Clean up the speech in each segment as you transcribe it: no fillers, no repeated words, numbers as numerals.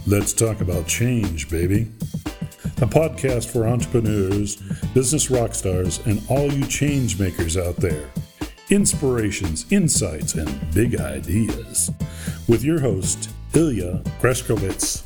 Let's talk about change, baby. A podcast for entrepreneurs, business rock stars, and all you change makers out there. Inspirations, insights, and big ideas. With your host, Ilya Greskowitz.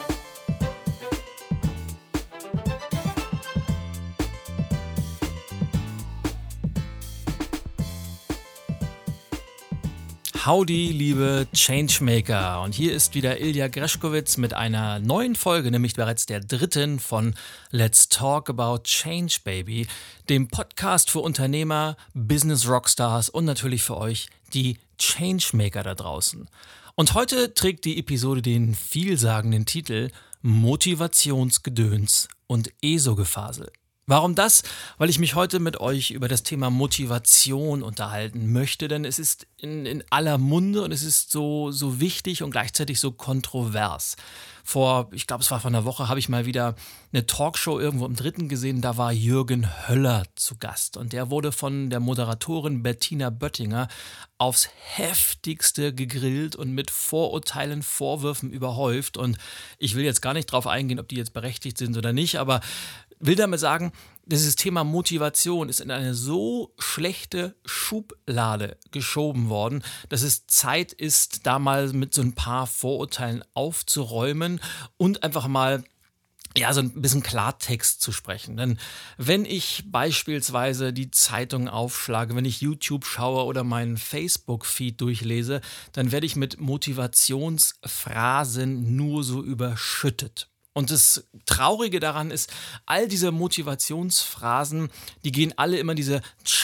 Howdy, liebe Changemaker, und hier ist wieder Ilya Greskowitz mit einer neuen Folge, nämlich bereits der dritten von Let's Talk About Change, Baby, dem Podcast für Unternehmer, Business Rockstars und natürlich für euch, die Changemaker da draußen. Und heute trägt die Episode den vielsagenden Titel Motivationsgedöns und ESO-Gefasel. Warum das? Weil ich mich heute mit euch über das Thema Motivation unterhalten möchte, denn es ist in aller Munde und es ist so wichtig und gleichzeitig so kontrovers. Ich glaube, es war vor einer Woche, habe ich mal wieder eine Talkshow irgendwo im Dritten gesehen, da war Jürgen Höller zu Gast und der wurde von der Moderatorin Bettina Böttinger aufs Heftigste gegrillt und mit Vorurteilen, Vorwürfen überhäuft, und ich will jetzt gar nicht drauf eingehen, ob die jetzt berechtigt sind oder nicht, aber will damit sagen, dieses Thema Motivation ist in eine so schlechte Schublade geschoben worden, dass es Zeit ist, da mal mit so ein paar Vorurteilen aufzuräumen und einfach mal so ein bisschen Klartext zu sprechen. Denn wenn ich beispielsweise die Zeitung aufschlage, wenn ich YouTube schaue oder meinen Facebook-Feed durchlese, dann werde ich mit Motivationsphrasen nur so überschüttet. Und das Traurige daran ist, all diese Motivationsphrasen, die gehen alle immer in diese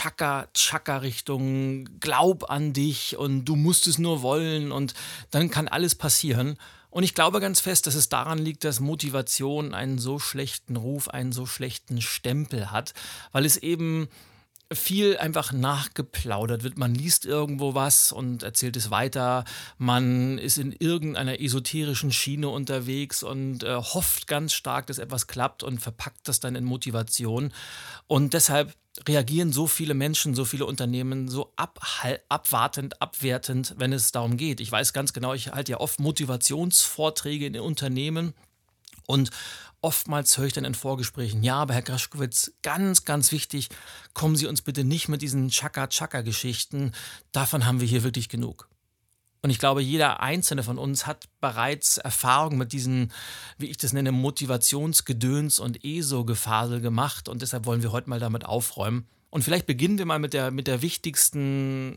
Chaka-Chaka-Richtung, glaub an dich und du musst es nur wollen und dann kann alles passieren. Und ich glaube ganz fest, dass es daran liegt, dass Motivation einen so schlechten Ruf, einen so schlechten Stempel hat, weil es eben viel einfach nachgeplaudert wird. Man liest irgendwo was und erzählt es weiter. Man ist in irgendeiner esoterischen Schiene unterwegs und hofft ganz stark, dass etwas klappt und verpackt das dann in Motivation. Und deshalb reagieren so viele Menschen, so viele Unternehmen so abwartend, abwertend, wenn es darum geht. Ich weiß ganz genau, ich halte ja oft Motivationsvorträge in den Unternehmen und oftmals höre ich dann in Vorgesprächen, ja, aber Herr Greskowitz, ganz, ganz wichtig, kommen Sie uns bitte nicht mit diesen Chaka-Chaka-Geschichten, davon haben wir hier wirklich genug. Und ich glaube, jeder Einzelne von uns hat bereits Erfahrung mit diesen, wie ich das nenne, Motivationsgedöns und ESO-Gefasel gemacht, und deshalb wollen wir heute mal damit aufräumen. Und vielleicht beginnen wir mal mit der wichtigsten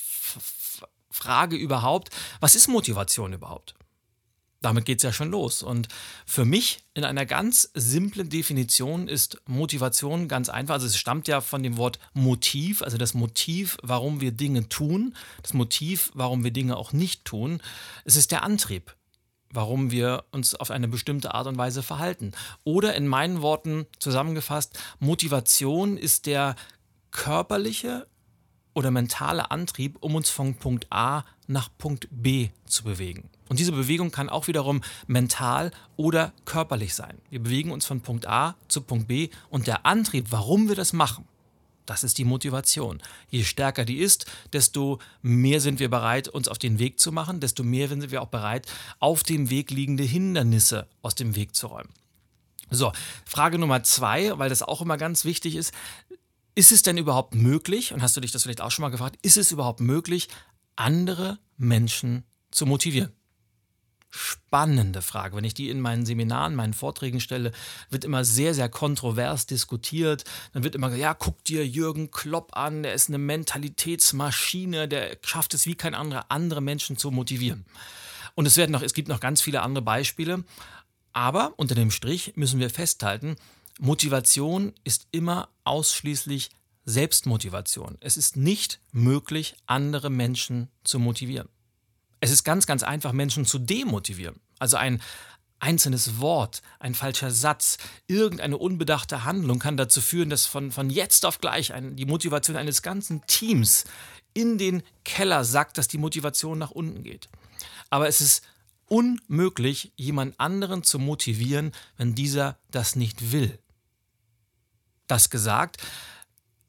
Frage überhaupt. Was ist Motivation überhaupt? Damit geht es ja schon los. Und für mich in einer ganz simplen Definition ist Motivation ganz einfach. Also es stammt ja von dem Wort Motiv, also das Motiv, warum wir Dinge tun, das Motiv, warum wir Dinge auch nicht tun. Es ist der Antrieb, warum wir uns auf eine bestimmte Art und Weise verhalten. Oder in meinen Worten zusammengefasst, Motivation ist der körperliche oder mentale Antrieb, um uns von Punkt A nach Punkt B zu bewegen. Und diese Bewegung kann auch wiederum mental oder körperlich sein. Wir bewegen uns von Punkt A zu Punkt B und der Antrieb, warum wir das machen, das ist die Motivation. Je stärker die ist, desto mehr sind wir bereit, uns auf den Weg zu machen, desto mehr sind wir auch bereit, auf dem Weg liegende Hindernisse aus dem Weg zu räumen. So, Frage Nummer 2, weil das auch immer ganz wichtig ist. Ist es denn überhaupt möglich, und hast du dich das vielleicht auch schon mal gefragt, ist es überhaupt möglich, andere Menschen zu motivieren? Spannende Frage. Wenn ich die in meinen Seminaren, meinen Vorträgen stelle, wird immer sehr, sehr kontrovers diskutiert. Dann wird immer gesagt, ja, guck dir Jürgen Klopp an, der ist eine Mentalitätsmaschine, der schafft es wie kein anderer, andere Menschen zu motivieren. Und es gibt noch ganz viele andere Beispiele. Aber unter dem Strich müssen wir festhalten, Motivation ist immer ausschließlich Selbstmotivation. Es ist nicht möglich, andere Menschen zu motivieren. Es ist ganz, ganz einfach, Menschen zu demotivieren. Also ein einzelnes Wort, ein falscher Satz, irgendeine unbedachte Handlung kann dazu führen, dass von jetzt auf gleich die Motivation eines ganzen Teams in den Keller sackt, dass die Motivation nach unten geht. Aber es ist unmöglich, jemand anderen zu motivieren, wenn dieser das nicht will. Das gesagt,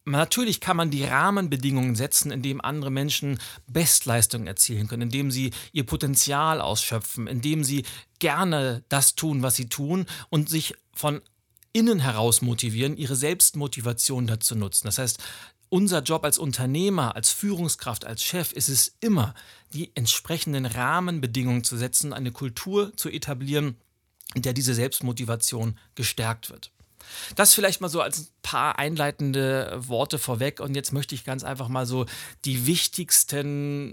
Natürlich kann man die Rahmenbedingungen setzen, indem andere Menschen Bestleistungen erzielen können, indem sie ihr Potenzial ausschöpfen, indem sie gerne das tun, was sie tun und sich von innen heraus motivieren, ihre Selbstmotivation dazu nutzen. Das heißt, unser Job als Unternehmer, als Führungskraft, als Chef ist es immer, die entsprechenden Rahmenbedingungen zu setzen, eine Kultur zu etablieren, in der diese Selbstmotivation gestärkt wird. Das vielleicht mal so als ein paar einleitende Worte vorweg und jetzt möchte ich ganz einfach mal so die wichtigsten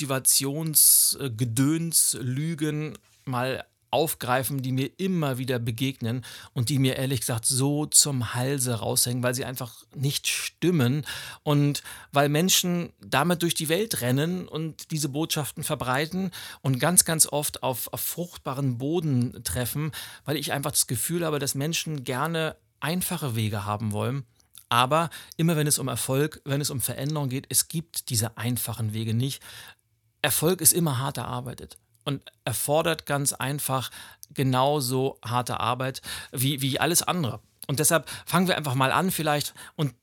Motivationsgedönslügen mal aufgreifen, die mir immer wieder begegnen und die mir ehrlich gesagt so zum Halse raushängen, weil sie einfach nicht stimmen und weil Menschen damit durch die Welt rennen und diese Botschaften verbreiten und ganz, ganz oft auf fruchtbaren Boden treffen, weil ich einfach das Gefühl habe, dass Menschen gerne einfache Wege haben wollen. Aber immer wenn es um Erfolg, wenn es um Veränderung geht, es gibt diese einfachen Wege nicht. Erfolg ist immer hart erarbeitet und erfordert ganz einfach genauso harte Arbeit wie alles andere. Und deshalb fangen wir einfach mal an vielleicht. Und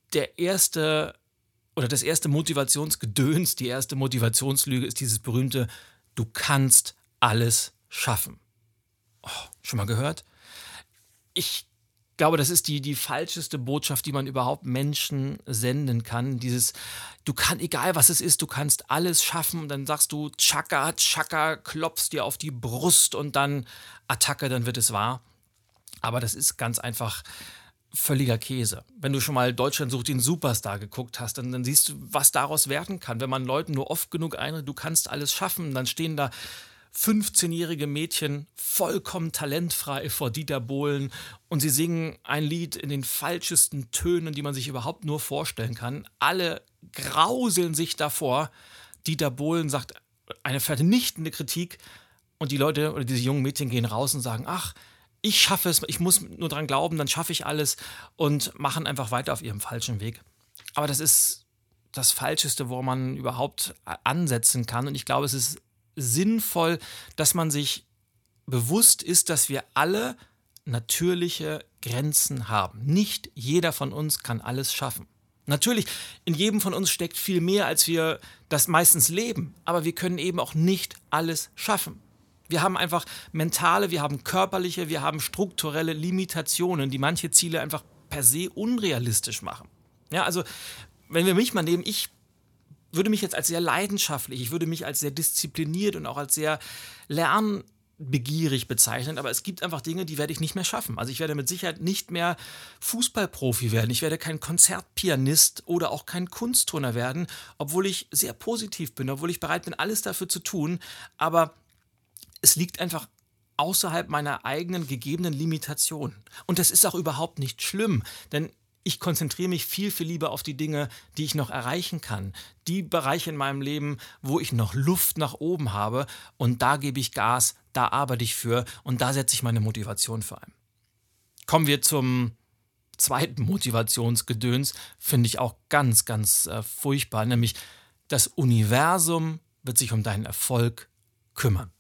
das erste Motivationsgedöns, die erste Motivationslüge ist dieses berühmte, du kannst alles schaffen. Oh, schon mal gehört? Ich glaube, das ist die falscheste Botschaft, die man überhaupt Menschen senden kann. Egal was es ist, du kannst alles schaffen und dann sagst du Chaka, Chaka, klopfst dir auf die Brust und dann Attacke, dann wird es wahr. Aber das ist ganz einfach völliger Käse. Wenn du schon mal Deutschland sucht den Superstar geguckt hast, dann siehst du, was daraus werden kann. Wenn man Leuten nur oft genug einredet, du kannst alles schaffen, dann stehen da 15-jährige Mädchen vollkommen talentfrei vor Dieter Bohlen und sie singen ein Lied in den falschesten Tönen, die man sich überhaupt nur vorstellen kann. Alle grauseln sich davor. Dieter Bohlen sagt eine vernichtende Kritik und die Leute oder diese jungen Mädchen gehen raus und sagen, ach, ich schaffe es, ich muss nur dran glauben, dann schaffe ich alles und machen einfach weiter auf ihrem falschen Weg. Aber das ist das Falscheste, wo man überhaupt ansetzen kann und ich glaube, es ist sinnvoll, dass man sich bewusst ist, dass wir alle natürliche Grenzen haben. Nicht jeder von uns kann alles schaffen. Natürlich, in jedem von uns steckt viel mehr, als wir das meistens leben, aber wir können eben auch nicht alles schaffen. Wir haben einfach mentale, wir haben körperliche, wir haben strukturelle Limitationen, die manche Ziele einfach per se unrealistisch machen. Ja, also, wenn wir mich mal nehmen, ich würde mich jetzt als sehr leidenschaftlich, ich würde mich als sehr diszipliniert und auch als sehr lernbegierig bezeichnen, aber es gibt einfach Dinge, die werde ich nicht mehr schaffen. Also ich werde mit Sicherheit nicht mehr Fußballprofi werden, ich werde kein Konzertpianist oder auch kein Kunstturner werden, obwohl ich sehr positiv bin, obwohl ich bereit bin, alles dafür zu tun, aber es liegt einfach außerhalb meiner eigenen gegebenen Limitationen. Und das ist auch überhaupt nicht schlimm, denn ich konzentriere mich viel, viel lieber auf die Dinge, die ich noch erreichen kann. Die Bereiche in meinem Leben, wo ich noch Luft nach oben habe. Und da gebe ich Gas, da arbeite ich für und da setze ich meine Motivation für ein. Kommen wir zum zweiten Motivationsgedöns, finde ich auch ganz, ganz furchtbar. Nämlich das Universum wird sich um deinen Erfolg kümmern.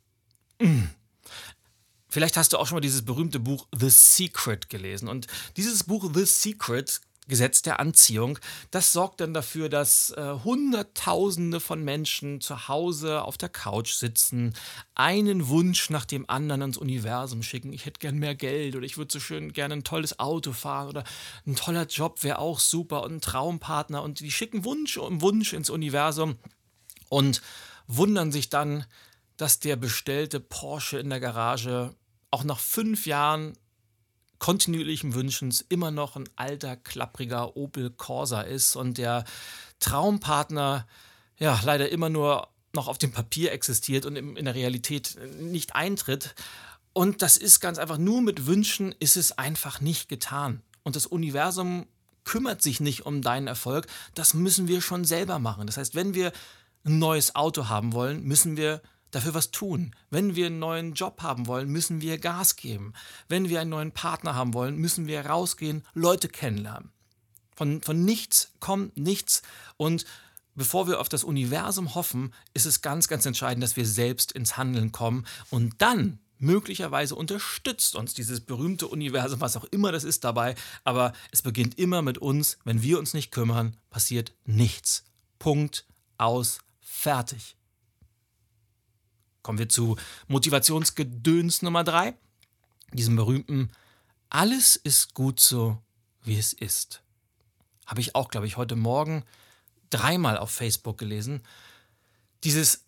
Vielleicht hast du auch schon mal dieses berühmte Buch The Secret gelesen. Und dieses Buch The Secret, Gesetz der Anziehung, das sorgt dann dafür, dass Hunderttausende von Menschen zu Hause auf der Couch sitzen, einen Wunsch nach dem anderen ins Universum schicken. Ich hätte gern mehr Geld oder ich würde so schön gerne ein tolles Auto fahren oder ein toller Job wäre auch super und ein Traumpartner. Und die schicken Wunsch um Wunsch ins Universum und wundern sich dann, dass der bestellte Porsche in der Garage auch nach 5 Jahren kontinuierlichen Wünschens immer noch ein alter, klappriger Opel Corsa ist und der Traumpartner ja leider immer nur noch auf dem Papier existiert und in der Realität nicht eintritt. Und das ist ganz einfach, nur mit Wünschen ist es einfach nicht getan. Und das Universum kümmert sich nicht um deinen Erfolg, das müssen wir schon selber machen. Das heißt, wenn wir ein neues Auto haben wollen, müssen wir dafür was tun. Wenn wir einen neuen Job haben wollen, müssen wir Gas geben. Wenn wir einen neuen Partner haben wollen, müssen wir rausgehen, Leute kennenlernen. Von nichts kommt nichts. Und bevor wir auf das Universum hoffen, ist es ganz, ganz entscheidend, dass wir selbst ins Handeln kommen. Und dann Möglicherweise unterstützt uns dieses berühmte Universum, was auch immer das ist, dabei, aber es beginnt immer mit uns. Wenn wir uns nicht kümmern, passiert nichts. Punkt, aus, fertig. Kommen wir zu Motivationsgedöns Nummer 3, diesem berühmten Alles ist gut so, wie es ist. Habe ich auch, glaube ich, heute Morgen 3-mal auf Facebook gelesen. Dieses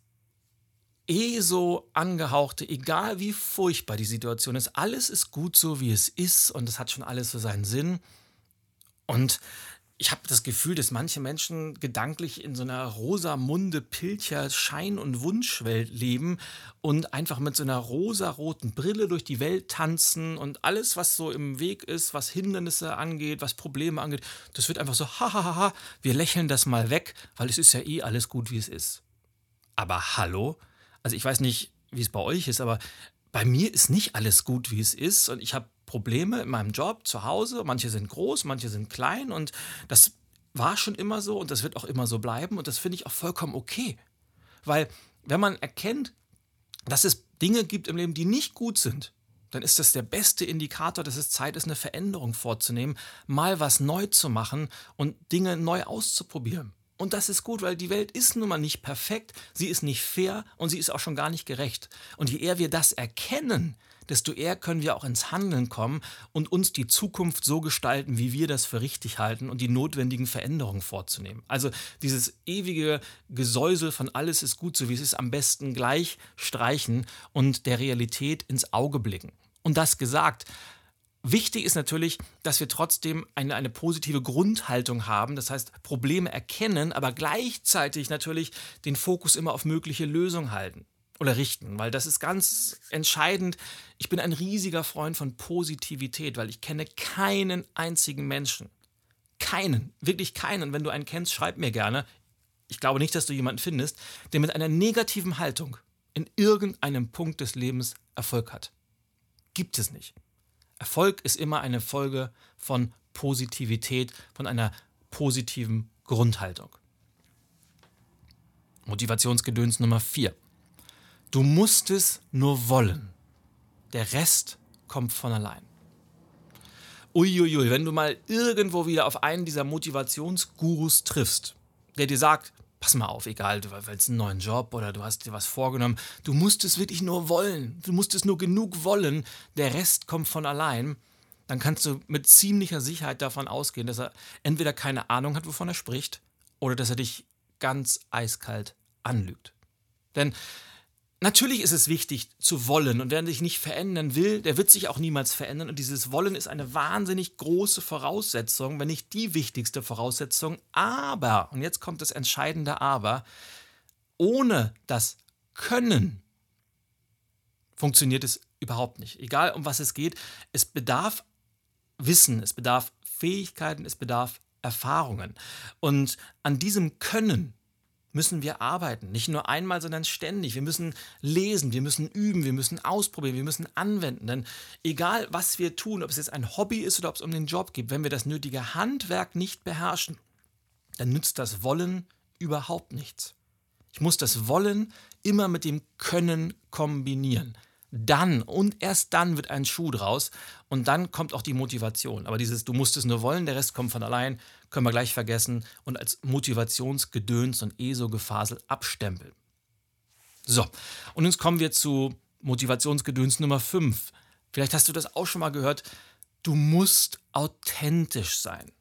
so angehauchte, egal wie furchtbar die Situation ist, alles ist gut so, wie es ist und es hat schon alles so seinen Sinn. Und ich habe das Gefühl, dass manche Menschen gedanklich in so einer Rosamunde Pilcher Schein- und Wunschwelt leben und einfach mit so einer rosaroten Brille durch die Welt tanzen und alles, was so im Weg ist, was Hindernisse angeht, was Probleme angeht, das wird einfach so, ha, wir lächeln das mal weg, weil es ist ja eh alles gut, wie es ist. Aber hallo? Also ich weiß nicht, wie es bei euch ist, aber bei mir ist nicht alles gut, wie es ist. Und ich habe Probleme in meinem Job, zu Hause. Manche sind groß, manche sind klein. Und das war schon immer so und das wird auch immer so bleiben. Und das finde ich auch vollkommen okay. Weil wenn man erkennt, dass es Dinge gibt im Leben, die nicht gut sind, dann ist das der beste Indikator, dass es Zeit ist, eine Veränderung vorzunehmen, mal was neu zu machen und Dinge neu auszuprobieren. Und das ist gut, weil die Welt ist nun mal nicht perfekt, sie ist nicht fair und sie ist auch schon gar nicht gerecht. Und je eher wir das erkennen, desto eher können wir auch ins Handeln kommen und uns die Zukunft so gestalten, wie wir das für richtig halten und die notwendigen Veränderungen vorzunehmen. Also dieses ewige Gesäusel von alles ist gut, so wie es ist, am besten gleich streichen und der Realität ins Auge blicken. Und das gesagt, wichtig ist natürlich, dass wir trotzdem eine positive Grundhaltung haben, das heißt Probleme erkennen, aber gleichzeitig natürlich den Fokus immer auf mögliche Lösungen halten oder richten, weil das ist ganz entscheidend. Ich bin ein riesiger Freund von Positivität, weil ich kenne keinen einzigen Menschen, keinen, wirklich keinen. Wenn du einen kennst, schreib mir gerne. Ich glaube nicht, dass du jemanden findest, der mit einer negativen Haltung in irgendeinem Punkt des Lebens Erfolg hat. Gibt es nicht. Erfolg ist immer eine Folge von Positivität, von einer positiven Grundhaltung. Motivationsgedöns Nummer 4. Du musst es nur wollen. Der Rest kommt von allein. Uiuiui, wenn du mal irgendwo wieder auf einen dieser Motivationsgurus triffst, der dir sagt, pass mal auf, egal, du willst einen neuen Job oder du hast dir was vorgenommen, du musst es wirklich nur wollen, du musst es nur genug wollen, der Rest kommt von allein, dann kannst du mit ziemlicher Sicherheit davon ausgehen, dass er entweder keine Ahnung hat, wovon er spricht, oder dass er dich ganz eiskalt anlügt. Denn natürlich ist es wichtig zu wollen und wer sich nicht verändern will, der wird sich auch niemals verändern und dieses Wollen ist eine wahnsinnig große Voraussetzung, wenn nicht die wichtigste Voraussetzung, aber, und jetzt kommt das entscheidende Aber, ohne das Können funktioniert es überhaupt nicht. Egal um was es geht, es bedarf Wissen, es bedarf Fähigkeiten, es bedarf Erfahrungen und an diesem Können müssen wir arbeiten. Nicht nur einmal, sondern ständig. Wir müssen lesen, wir müssen üben, wir müssen ausprobieren, wir müssen anwenden. Denn egal, was wir tun, ob es jetzt ein Hobby ist oder ob es um den Job geht, wenn wir das nötige Handwerk nicht beherrschen, dann nützt das Wollen überhaupt nichts. Ich muss das Wollen immer mit dem Können kombinieren. Dann und erst dann wird ein Schuh draus und dann kommt auch die Motivation. Aber dieses du musst es nur wollen, der Rest kommt von allein, können wir gleich vergessen und als Motivationsgedöns und ESO-Gefasel abstempeln. So, und jetzt kommen wir zu Motivationsgedöns Nummer 5. Vielleicht hast du das auch schon mal gehört. Du musst authentisch sein.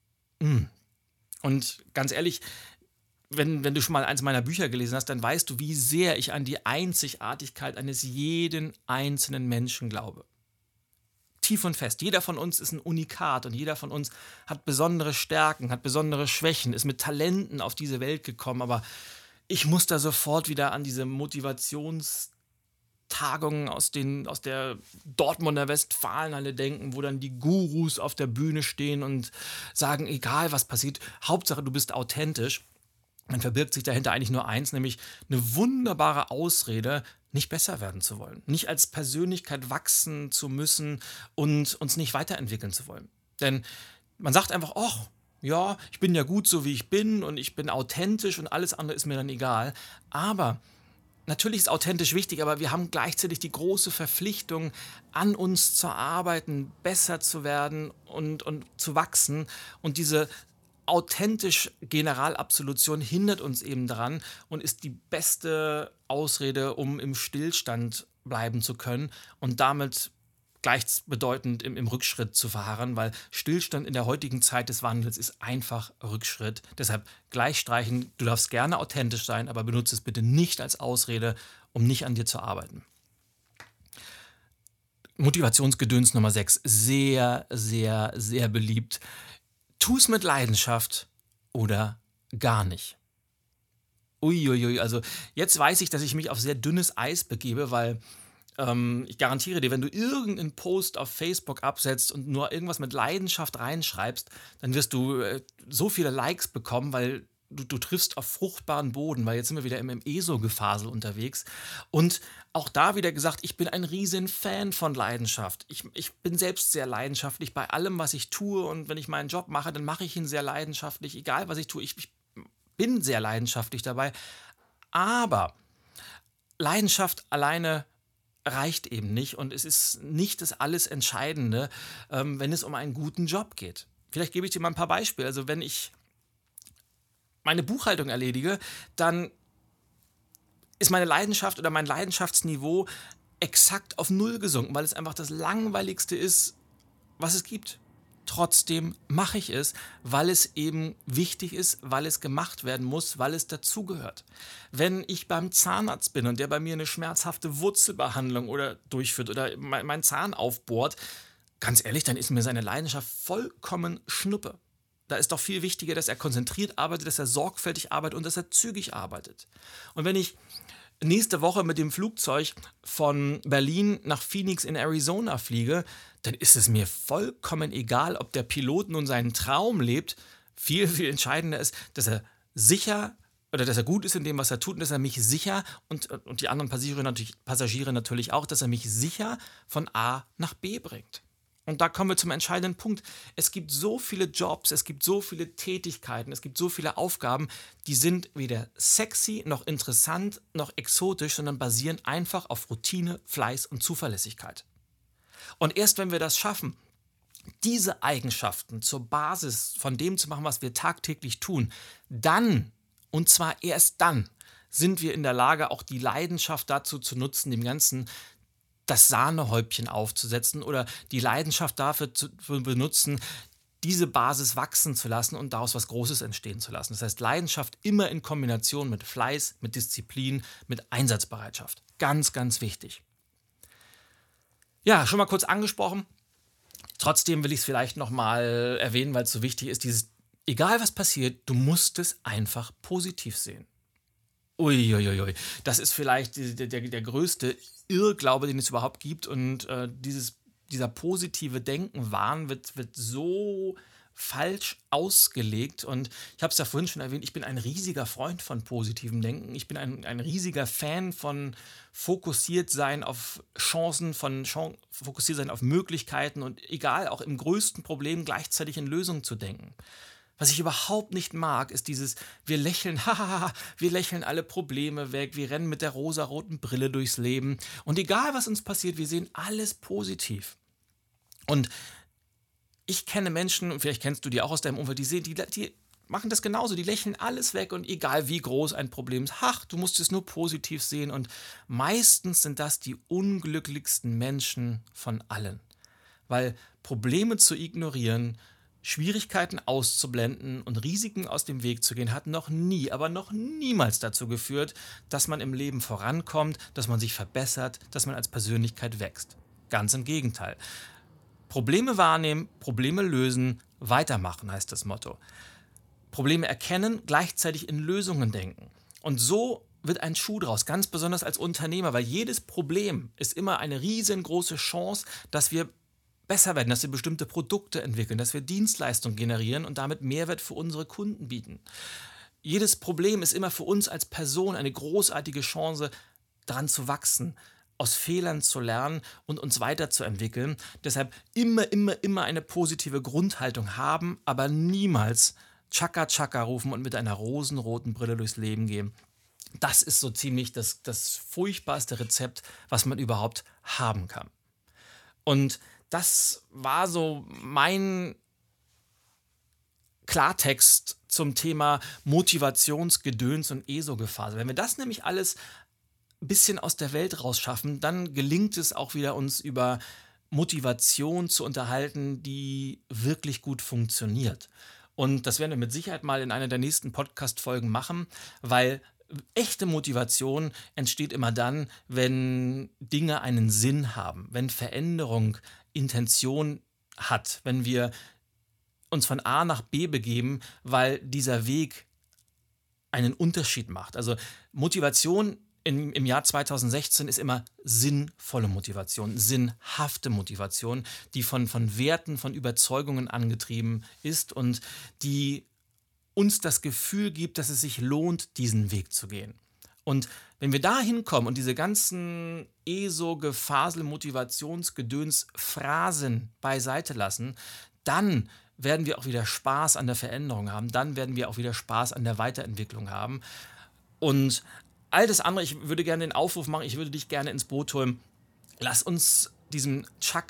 Und ganz ehrlich, wenn du schon mal eins meiner Bücher gelesen hast, dann weißt du, wie sehr ich an die Einzigartigkeit eines jeden einzelnen Menschen glaube. Tief und fest. Jeder von uns ist ein Unikat und jeder von uns hat besondere Stärken, hat besondere Schwächen, ist mit Talenten auf diese Welt gekommen, aber ich muss da sofort wieder an diese Motivationstagungen aus der Dortmunder Westfalenhalle denken, wo dann die Gurus auf der Bühne stehen und sagen, egal was passiert, Hauptsache du bist authentisch. Dann verbirgt sich dahinter eigentlich nur eins, nämlich eine wunderbare Ausrede, nicht besser werden zu wollen, nicht als Persönlichkeit wachsen zu müssen und uns nicht weiterentwickeln zu wollen. Denn man sagt einfach, ach, ja, ich bin ja gut so, wie ich bin und ich bin authentisch und alles andere ist mir dann egal. Aber Natürlich ist authentisch wichtig, aber wir haben gleichzeitig die große Verpflichtung, an uns zu arbeiten, besser zu werden und zu wachsen. Und diese authentisch Generalabsolution hindert uns eben daran und ist die beste Ausrede, um im Stillstand bleiben zu können und damit gleichbedeutend im Rückschritt zu verharren, weil Stillstand in der heutigen Zeit des Wandels ist einfach Rückschritt. Deshalb gleich streichen, du darfst gerne authentisch sein, aber benutze es bitte nicht als Ausrede, um nicht an dir zu arbeiten. Motivationsgedöns Nummer 6, sehr, sehr, sehr beliebt. Tu es mit Leidenschaft oder gar nicht. Uiuiui, also jetzt weiß ich, dass ich mich auf sehr dünnes Eis begebe, weil ich garantiere dir, wenn du irgendeinen Post auf Facebook absetzt und nur irgendwas mit Leidenschaft reinschreibst, dann wirst du so viele Likes bekommen, weil du triffst auf fruchtbaren Boden, weil jetzt sind wir wieder im ESO-Gefasel unterwegs. Und auch da wieder gesagt, ich bin ein riesen Fan von Leidenschaft. Ich bin selbst sehr leidenschaftlich bei allem, was ich tue. Und wenn ich meinen Job mache, dann mache ich ihn sehr leidenschaftlich, egal was ich tue. Ich bin sehr leidenschaftlich dabei. Aber Leidenschaft alleine reicht eben nicht und es ist nicht das alles Entscheidende, wenn es um einen guten Job geht. Vielleicht gebe ich dir mal ein paar Beispiele. Also wenn ich meine Buchhaltung erledige, dann ist meine Leidenschaft oder mein Leidenschaftsniveau exakt auf Null gesunken, weil es einfach das Langweiligste ist, was es gibt. Trotzdem mache ich es, weil es eben wichtig ist, weil es gemacht werden muss, weil es dazugehört. Wenn ich beim Zahnarzt bin und der bei mir eine schmerzhafte Wurzelbehandlung oder durchführt oder meinen Zahn aufbohrt, ganz ehrlich, dann ist mir seine Leidenschaft vollkommen Schnuppe. Da ist doch viel wichtiger, dass er konzentriert arbeitet, dass er sorgfältig arbeitet und dass er zügig arbeitet. Und wenn ich nächste Woche mit dem Flugzeug von Berlin nach Phoenix in Arizona fliege, dann ist es mir vollkommen egal, ob der Pilot nun seinen Traum lebt. Viel, viel entscheidender ist, dass er sicher oder dass er gut ist in dem, was er tut und dass er mich sicher und die anderen Passagiere natürlich auch, dass er mich sicher von A nach B bringt. Und da kommen wir zum entscheidenden Punkt. Es gibt so viele Jobs, es gibt so viele Tätigkeiten, es gibt so viele Aufgaben, die sind weder sexy, noch interessant, noch exotisch, sondern basieren einfach auf Routine, Fleiß und Zuverlässigkeit. Und erst wenn wir das schaffen, diese Eigenschaften zur Basis von dem zu machen, was wir tagtäglich tun, dann, und zwar erst dann, sind wir in der Lage, auch die Leidenschaft dazu zu nutzen, dem Ganzen das Sahnehäubchen aufzusetzen oder die Leidenschaft dafür zu benutzen, diese Basis wachsen zu lassen und daraus was Großes entstehen zu lassen. Das heißt, Leidenschaft immer in Kombination mit Fleiß, mit Disziplin, mit Einsatzbereitschaft. Ganz, ganz wichtig. Ja, schon mal kurz angesprochen. Trotzdem will ich es vielleicht nochmal erwähnen, weil es so wichtig ist. Egal was passiert, du musst es einfach positiv sehen. Uiuiui, das ist vielleicht der größte Irrglaube, den es überhaupt gibt. Und dieser positive Denkenwahn wird so falsch ausgelegt. Und ich habe es ja vorhin schon erwähnt, ich bin ein riesiger Freund von positivem Denken. Ich bin ein riesiger Fan von fokussiert sein auf Chancen, fokussiert sein auf Möglichkeiten und egal, auch im größten Problem gleichzeitig in Lösungen zu denken. Was ich überhaupt nicht mag, ist dieses, wir lächeln alle Probleme weg, wir rennen mit der rosaroten Brille durchs Leben und egal, was uns passiert, wir sehen alles positiv. Und ich kenne Menschen, und vielleicht kennst du die auch aus deinem Umfeld, die machen das genauso, die lächeln alles weg und egal, wie groß ein Problem ist, du musst es nur positiv sehen und meistens sind das die unglücklichsten Menschen von allen, weil Probleme zu ignorieren, Schwierigkeiten auszublenden und Risiken aus dem Weg zu gehen, hat noch nie, aber noch niemals dazu geführt, dass man im Leben vorankommt, dass man sich verbessert, dass man als Persönlichkeit wächst. Ganz im Gegenteil. Probleme wahrnehmen, Probleme lösen, weitermachen heißt das Motto. Probleme erkennen, gleichzeitig in Lösungen denken. Und so wird ein Schuh draus, ganz besonders als Unternehmer, weil jedes Problem ist immer eine riesengroße Chance, dass wir besser werden, dass wir bestimmte Produkte entwickeln, dass wir Dienstleistungen generieren und damit Mehrwert für unsere Kunden bieten. Jedes Problem ist immer für uns als Person eine großartige Chance, daran zu wachsen, aus Fehlern zu lernen und uns weiterzuentwickeln. Deshalb immer eine positive Grundhaltung haben, aber niemals Chaka Chaka rufen und mit einer rosenroten Brille durchs Leben gehen. Das ist so ziemlich das furchtbarste Rezept, was man überhaupt haben kann. Und das war so mein Klartext zum Thema Motivationsgedöns und ESO-Gefasel. Wenn wir das nämlich alles ein bisschen aus der Welt rausschaffen, dann gelingt es auch wieder, uns über Motivation zu unterhalten, die wirklich gut funktioniert. Und das werden wir mit Sicherheit mal in einer der nächsten Podcast-Folgen machen, weil echte Motivation entsteht immer dann, wenn Dinge einen Sinn haben, wenn Veränderung Intention hat, wenn wir uns von A nach B begeben, weil dieser Weg einen Unterschied macht. Also Motivation im Jahr 2016 ist immer sinnvolle Motivation, sinnhafte Motivation, die von Werten, von Überzeugungen angetrieben ist und die uns das Gefühl gibt, dass es sich lohnt, diesen Weg zu gehen. Und wenn wir da hinkommen und diese ganzen ESO-Gefasel, Motivationsgedöns, Phrasen beiseite lassen, dann werden wir auch wieder Spaß an der Veränderung haben, dann werden wir auch wieder Spaß an der Weiterentwicklung haben. Und all das andere, ich würde gerne den Aufruf machen, ich würde dich gerne ins Boot holen. Lass uns diesem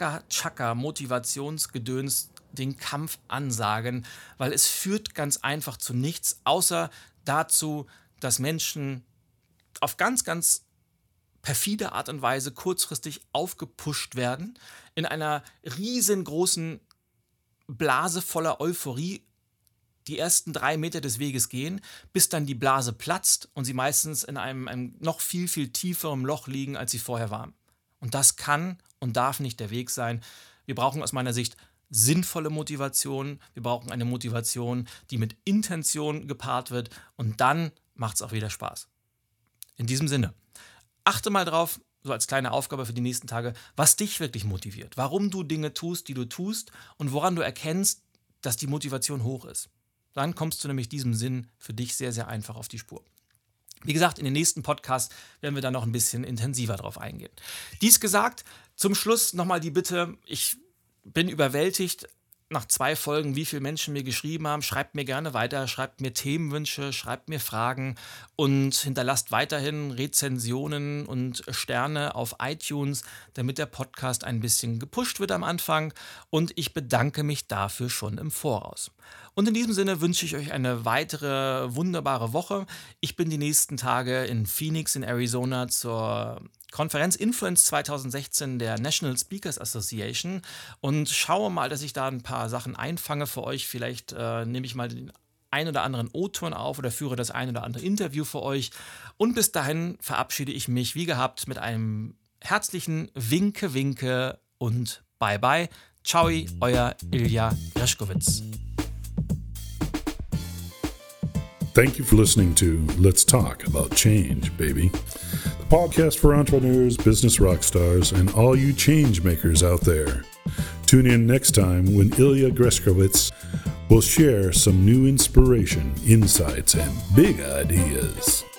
Chaka-Chaka-Motivationsgedöns den Kampf ansagen, weil es führt ganz einfach zu nichts, außer dazu, dass Menschen auf ganz, ganz perfide Art und Weise kurzfristig aufgepusht werden, in einer riesengroßen Blase voller Euphorie die ersten 3 Meter des Weges gehen, bis dann die Blase platzt und sie meistens in einem noch viel, viel tieferen Loch liegen, als sie vorher waren. Und das kann und darf nicht der Weg sein. Wir brauchen aus meiner Sicht sinnvolle Motivation, wir brauchen eine Motivation, die mit Intention gepaart wird und dann macht es auch wieder Spaß. In diesem Sinne, achte mal drauf, so als kleine Aufgabe für die nächsten Tage, was dich wirklich motiviert, warum du Dinge tust, die du tust und woran du erkennst, dass die Motivation hoch ist. Dann kommst du nämlich diesem Sinn für dich sehr, sehr einfach auf die Spur. Wie gesagt, in den nächsten Podcasts werden wir da noch ein bisschen intensiver drauf eingehen. Dies gesagt, zum Schluss nochmal die Bitte, ich bin überwältigt nach 2 Folgen, wie viele Menschen mir geschrieben haben. Schreibt mir gerne weiter, schreibt mir Themenwünsche, schreibt mir Fragen und hinterlasst weiterhin Rezensionen und Sterne auf iTunes, damit der Podcast ein bisschen gepusht wird am Anfang. Und ich bedanke mich dafür schon im Voraus. Und in diesem Sinne wünsche ich euch eine weitere wunderbare Woche. Ich bin die nächsten Tage in Phoenix in Arizona zur Konferenz Influence 2016 der National Speakers Association und schaue mal, dass ich da ein paar Sachen einfange für euch. Vielleicht nehme ich mal den ein oder anderen O-Ton auf oder führe das ein oder andere Interview für euch. Und bis dahin verabschiede ich mich wie gehabt mit einem herzlichen Winke, Winke und Bye-Bye. Ciao, euer Ilja Greschkowitz. Thank you for listening to Let's Talk About Change, baby. The podcast for entrepreneurs, business rock stars, and all you change makers out there. Tune in next time when Ilya Greschkowitz will share some new inspiration, insights, and big ideas.